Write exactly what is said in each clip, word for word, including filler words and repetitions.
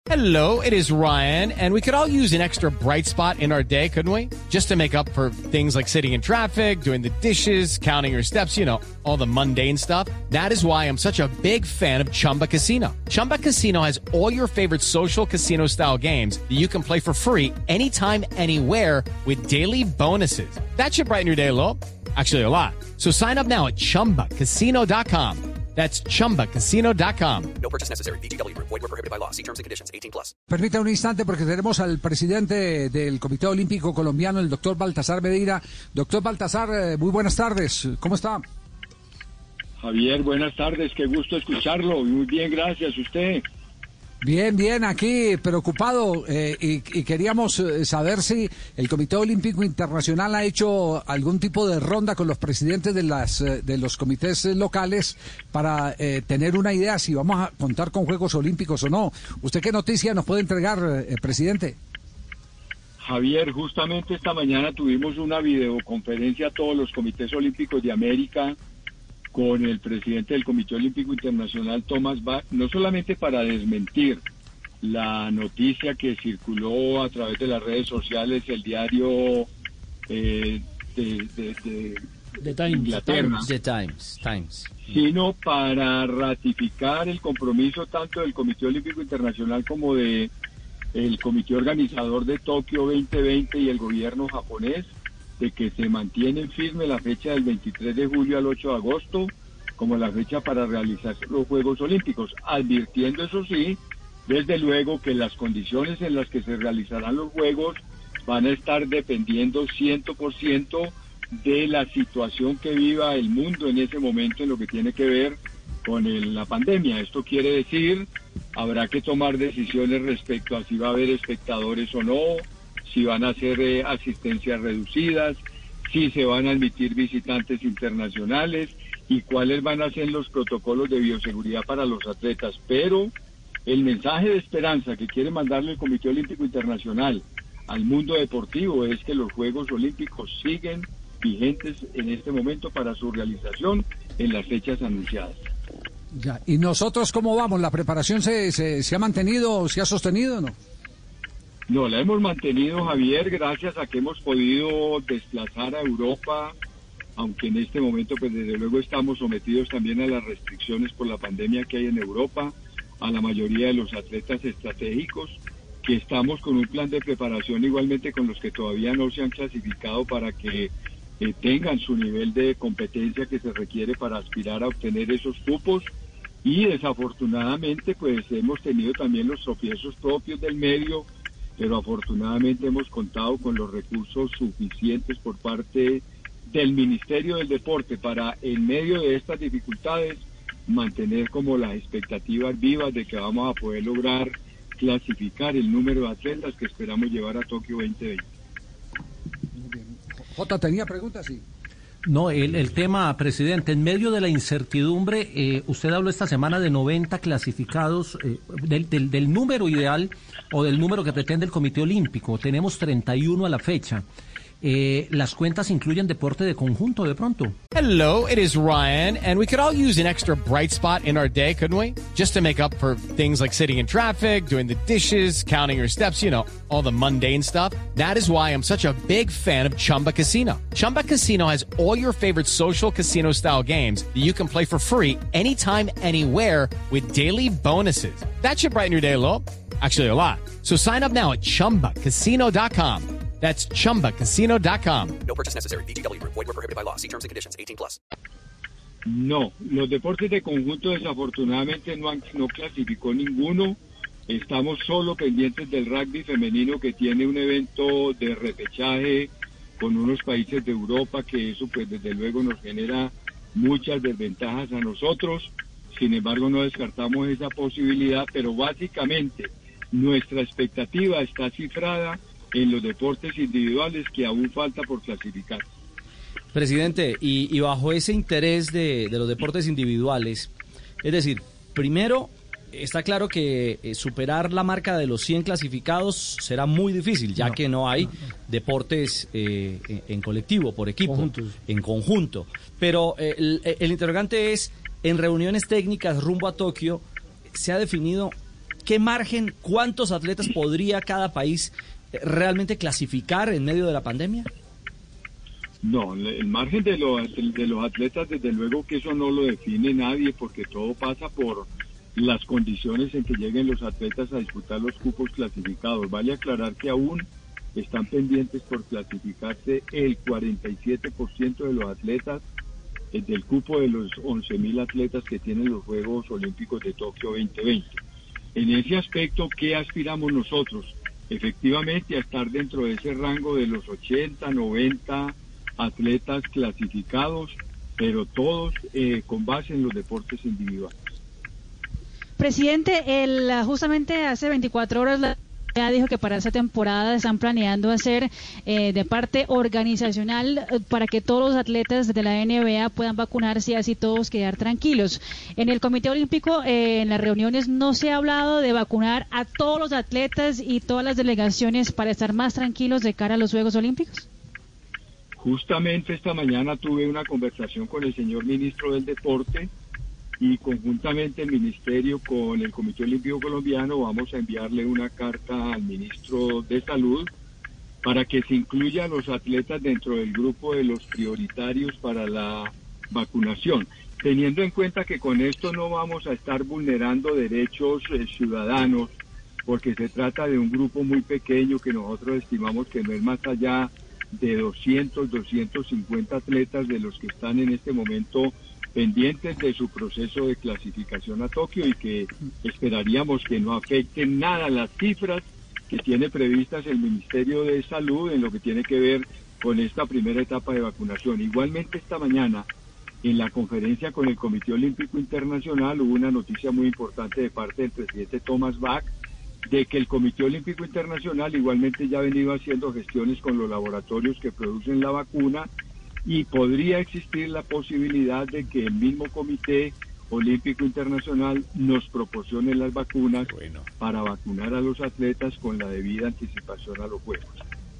Hello, it is Ryan, and we could all use an extra bright spot in our day, couldn't we? Just to make up for things like sitting in traffic, doing the dishes, counting your steps, you know, all the mundane stuff. That is why I'm such a big fan of Chumba Casino. Chumba Casino has all your favorite social casino-style games that you can play for free anytime, anywhere with daily bonuses. That should brighten your day a little. Actually, a lot. So sign up now at chumba casino dot com. That's chumba casino dot com. No purchase necessary. V G W Group. Void where prohibited by law. See terms and conditions. eighteen plus. Permita un instante porque tenemos al presidente del Comité Olímpico Colombiano, el doctor Baltasar Medina. Doctor Baltasar, muy buenas tardes. ¿Cómo está? Javier, buenas tardes. Qué gusto escucharlo. Muy bien, gracias. ¿Usted? Bien, bien, aquí preocupado eh, y, y queríamos eh, saber si el Comité Olímpico Internacional ha hecho algún tipo de ronda con los presidentes de las eh, de los comités eh, locales para eh, tener una idea si vamos a contar con Juegos Olímpicos o no. ¿Usted qué noticia nos puede entregar, eh, presidente? Javier, justamente esta mañana tuvimos una videoconferencia a todos los comités olímpicos de América con el presidente del Comité Olímpico Internacional, Thomas Bach, no solamente para desmentir la noticia que circuló a través de las redes sociales, el diario eh, de, de, de, The Times, Inglaterra, The Times, Times, sino para ratificar el compromiso tanto del Comité Olímpico Internacional como de el Comité Organizador de Tokio veinte veinte y el gobierno japonés, de que se mantiene firme la fecha del veintitrés de julio al ocho de agosto como la fecha para realizar los Juegos Olímpicos, advirtiendo, eso sí, desde luego que las condiciones en las que se realizarán los Juegos van a estar dependiendo cien por ciento de la situación que viva el mundo en ese momento en lo que tiene que ver con el, la pandemia. Esto quiere decir, habrá que tomar decisiones respecto a si va a haber espectadores o no, si van a hacer eh, asistencias reducidas, si se van a admitir visitantes internacionales y cuáles van a ser los protocolos de bioseguridad para los atletas. Pero el mensaje de esperanza que quiere mandarle el Comité Olímpico Internacional al mundo deportivo es que los Juegos Olímpicos siguen vigentes en este momento para su realización en las fechas anunciadas. Ya. ¿Y nosotros cómo vamos? ¿La preparación se, se, se ha mantenido, se ha sostenido o no? No, la hemos mantenido, Javier, gracias a que hemos podido desplazar a Europa, aunque en este momento, pues desde luego estamos sometidos también a las restricciones por la pandemia que hay en Europa, a la mayoría de los atletas estratégicos, que estamos con un plan de preparación igualmente con los que todavía no se han clasificado para que eh, tengan su nivel de competencia que se requiere para aspirar a obtener esos cupos. Y desafortunadamente, pues hemos tenido también los tropiezos propios del medio, pero afortunadamente hemos contado con los recursos suficientes por parte del Ministerio del Deporte para, en medio de estas dificultades, mantener como las expectativas vivas de que vamos a poder lograr clasificar el número de atletas que esperamos llevar a Tokio veinte veinte. Jota, ¿tenía preguntas? Sí. No, el, el tema, presidente, en medio de la incertidumbre, eh, usted habló esta semana de noventa clasificados, eh, del, del, del número ideal o del número que pretende el Comité Olímpico. Tenemos treinta y uno a la fecha. Eh, ¿Las cuentas incluyen deporte de conjunto de pronto? Hello, it is Ryan, and we could all use an extra bright spot in our day, couldn't we? Just to make up for things like sitting in traffic, doing the dishes, counting your steps, you know, all the mundane stuff. That is why I'm such a big fan of Chumba Casino. Chumba Casino has all your favorite social casino-style games that you can play for free anytime, anywhere with daily bonuses. That should brighten your day a little. Actually, a lot. So sign up now at chumba casino dot com. That's chumba casino dot com. No purchase necessary. V G W Group. Void where prohibited by law. See terms and conditions. eighteen plus. No, los deportes de conjunto desafortunadamente no, han, no clasificó ninguno. Estamos solo pendientes del rugby femenino, que tiene un evento de repechaje con unos países de Europa, que eso pues desde luego nos genera muchas desventajas a nosotros. Sin embargo, no descartamos esa posibilidad, pero básicamente nuestra expectativa está cifrada en los deportes individuales que aún falta por clasificar. Presidente, y, y bajo ese interés de, de los deportes individuales, es decir, primero, está claro que eh, superar la marca de los cien clasificados será muy difícil, ya no, que no hay no, no. deportes eh, en, en colectivo, por equipo, Conjuntos. en conjunto. Pero eh, el, el interrogante es, en reuniones técnicas rumbo a Tokio, ¿se ha definido ¿qué margen, cuántos atletas podría cada país realmente clasificar en medio de la pandemia? No, el margen de los, de los atletas, desde luego que eso no lo define nadie, porque todo pasa por las condiciones en que lleguen los atletas a disputar los cupos clasificados. Vale aclarar que aún están pendientes por clasificarse el cuarenta y siete por ciento de los atletas del cupo de los once mil atletas que tienen los Juegos Olímpicos de Tokio veinte veinte. En ese aspecto, ¿qué aspiramos nosotros? Efectivamente, a estar dentro de ese rango de los ochenta, noventa atletas clasificados, pero todos eh, con base en los deportes individuales. Presidente, el, justamente hace veinticuatro horas la ya dijo que para esta temporada están planeando hacer eh, de parte organizacional eh, para que todos los atletas de la N B A puedan vacunarse y así todos quedar tranquilos. En el Comité Olímpico, eh, en las reuniones no se ha hablado de vacunar a todos los atletas y todas las delegaciones para estar más tranquilos de cara a los Juegos Olímpicos. Justamente esta mañana tuve una conversación con el señor ministro del Deporte y conjuntamente el Ministerio con el Comité Olímpico Colombiano vamos a enviarle una carta al Ministro de Salud para que se incluya a los atletas dentro del grupo de los prioritarios para la vacunación, teniendo en cuenta que con esto no vamos a estar vulnerando derechos eh, ciudadanos, porque se trata de un grupo muy pequeño que nosotros estimamos que no es más allá de doscientos, doscientos cincuenta atletas de los que están en este momento pendientes de su proceso de clasificación a Tokio y que esperaríamos que no afecten nada las cifras que tiene previstas el Ministerio de Salud en lo que tiene que ver con esta primera etapa de vacunación. Igualmente esta mañana en la conferencia con el Comité Olímpico Internacional hubo una noticia muy importante de parte del presidente Thomas Bach de que el Comité Olímpico Internacional igualmente ya ha venido haciendo gestiones con los laboratorios que producen la vacuna y podría existir la posibilidad de que el mismo Comité Olímpico Internacional nos proporcione las vacunas bueno. para vacunar a los atletas con la debida anticipación a los Juegos.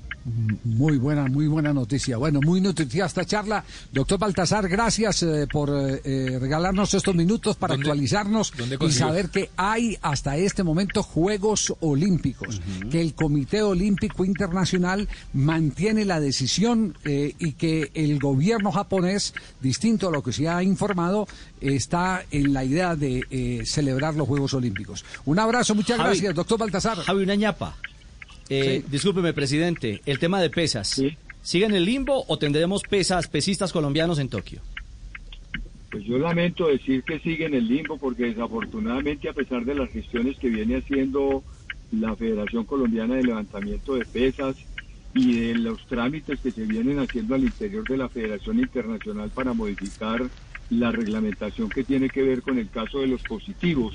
Muy buena, muy buena noticia. Bueno, muy nutritiva esta charla. Doctor Baltasar, gracias eh, por eh, regalarnos estos minutos para ¿Dónde, actualizarnos ¿dónde y saber que hay hasta este momento Juegos Olímpicos, uh-huh. que el Comité Olímpico Internacional mantiene la decisión eh, y que el gobierno japonés, distinto a lo que se ha informado, está en la idea de eh, celebrar los Juegos Olímpicos. Un abrazo, muchas Javi, gracias, doctor Baltasar. Javi, una ñapa. Eh, sí. Discúlpeme, presidente, el tema de pesas, ¿Sí? ¿sigue en el limbo o tendremos pesas, pesistas colombianos en Tokio? Pues yo lamento decir que sigue en el limbo porque desafortunadamente, a pesar de las gestiones que viene haciendo la Federación Colombiana de Levantamiento de Pesas y de los trámites que se vienen haciendo al interior de la Federación Internacional para modificar la reglamentación que tiene que ver con el caso de los positivos,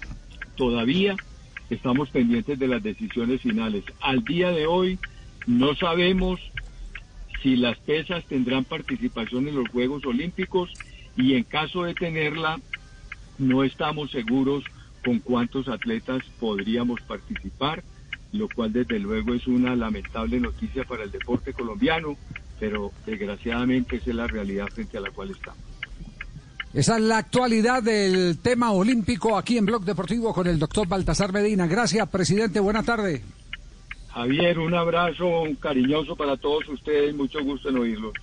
todavía estamos pendientes de las decisiones finales. Al día de hoy no sabemos si las pesas tendrán participación en los Juegos Olímpicos y en caso de tenerla no estamos seguros con cuántos atletas podríamos participar, lo cual desde luego es una lamentable noticia para el deporte colombiano, pero desgraciadamente esa es la realidad frente a la cual estamos. Esa es la actualidad del tema olímpico aquí en Blog Deportivo con el doctor Baltasar Medina. Gracias, presidente. Buenas tardes. Javier, un abrazo un cariñoso para todos ustedes. Mucho gusto en oírlos.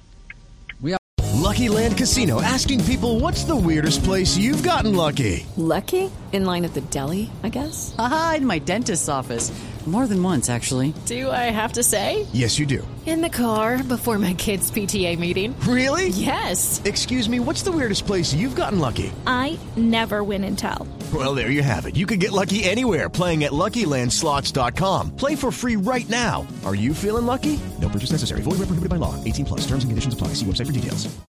Lucky Land Casino, asking people, what's the weirdest place you've gotten lucky? Lucky? In line at the deli, I guess? Aha, in my dentist's office. More than once, actually. Do I have to say? Yes, you do. In the car before my kids' P T A meeting. Really? Yes. Excuse me, what's the weirdest place you've gotten lucky? I never win and tell. Well, there you have it. You can get lucky anywhere, playing at Lucky Land Slots dot com. Play for free right now. Are you feeling lucky? No purchase necessary. Void where prohibited by law. eighteen plus. Terms and conditions apply. See website for details.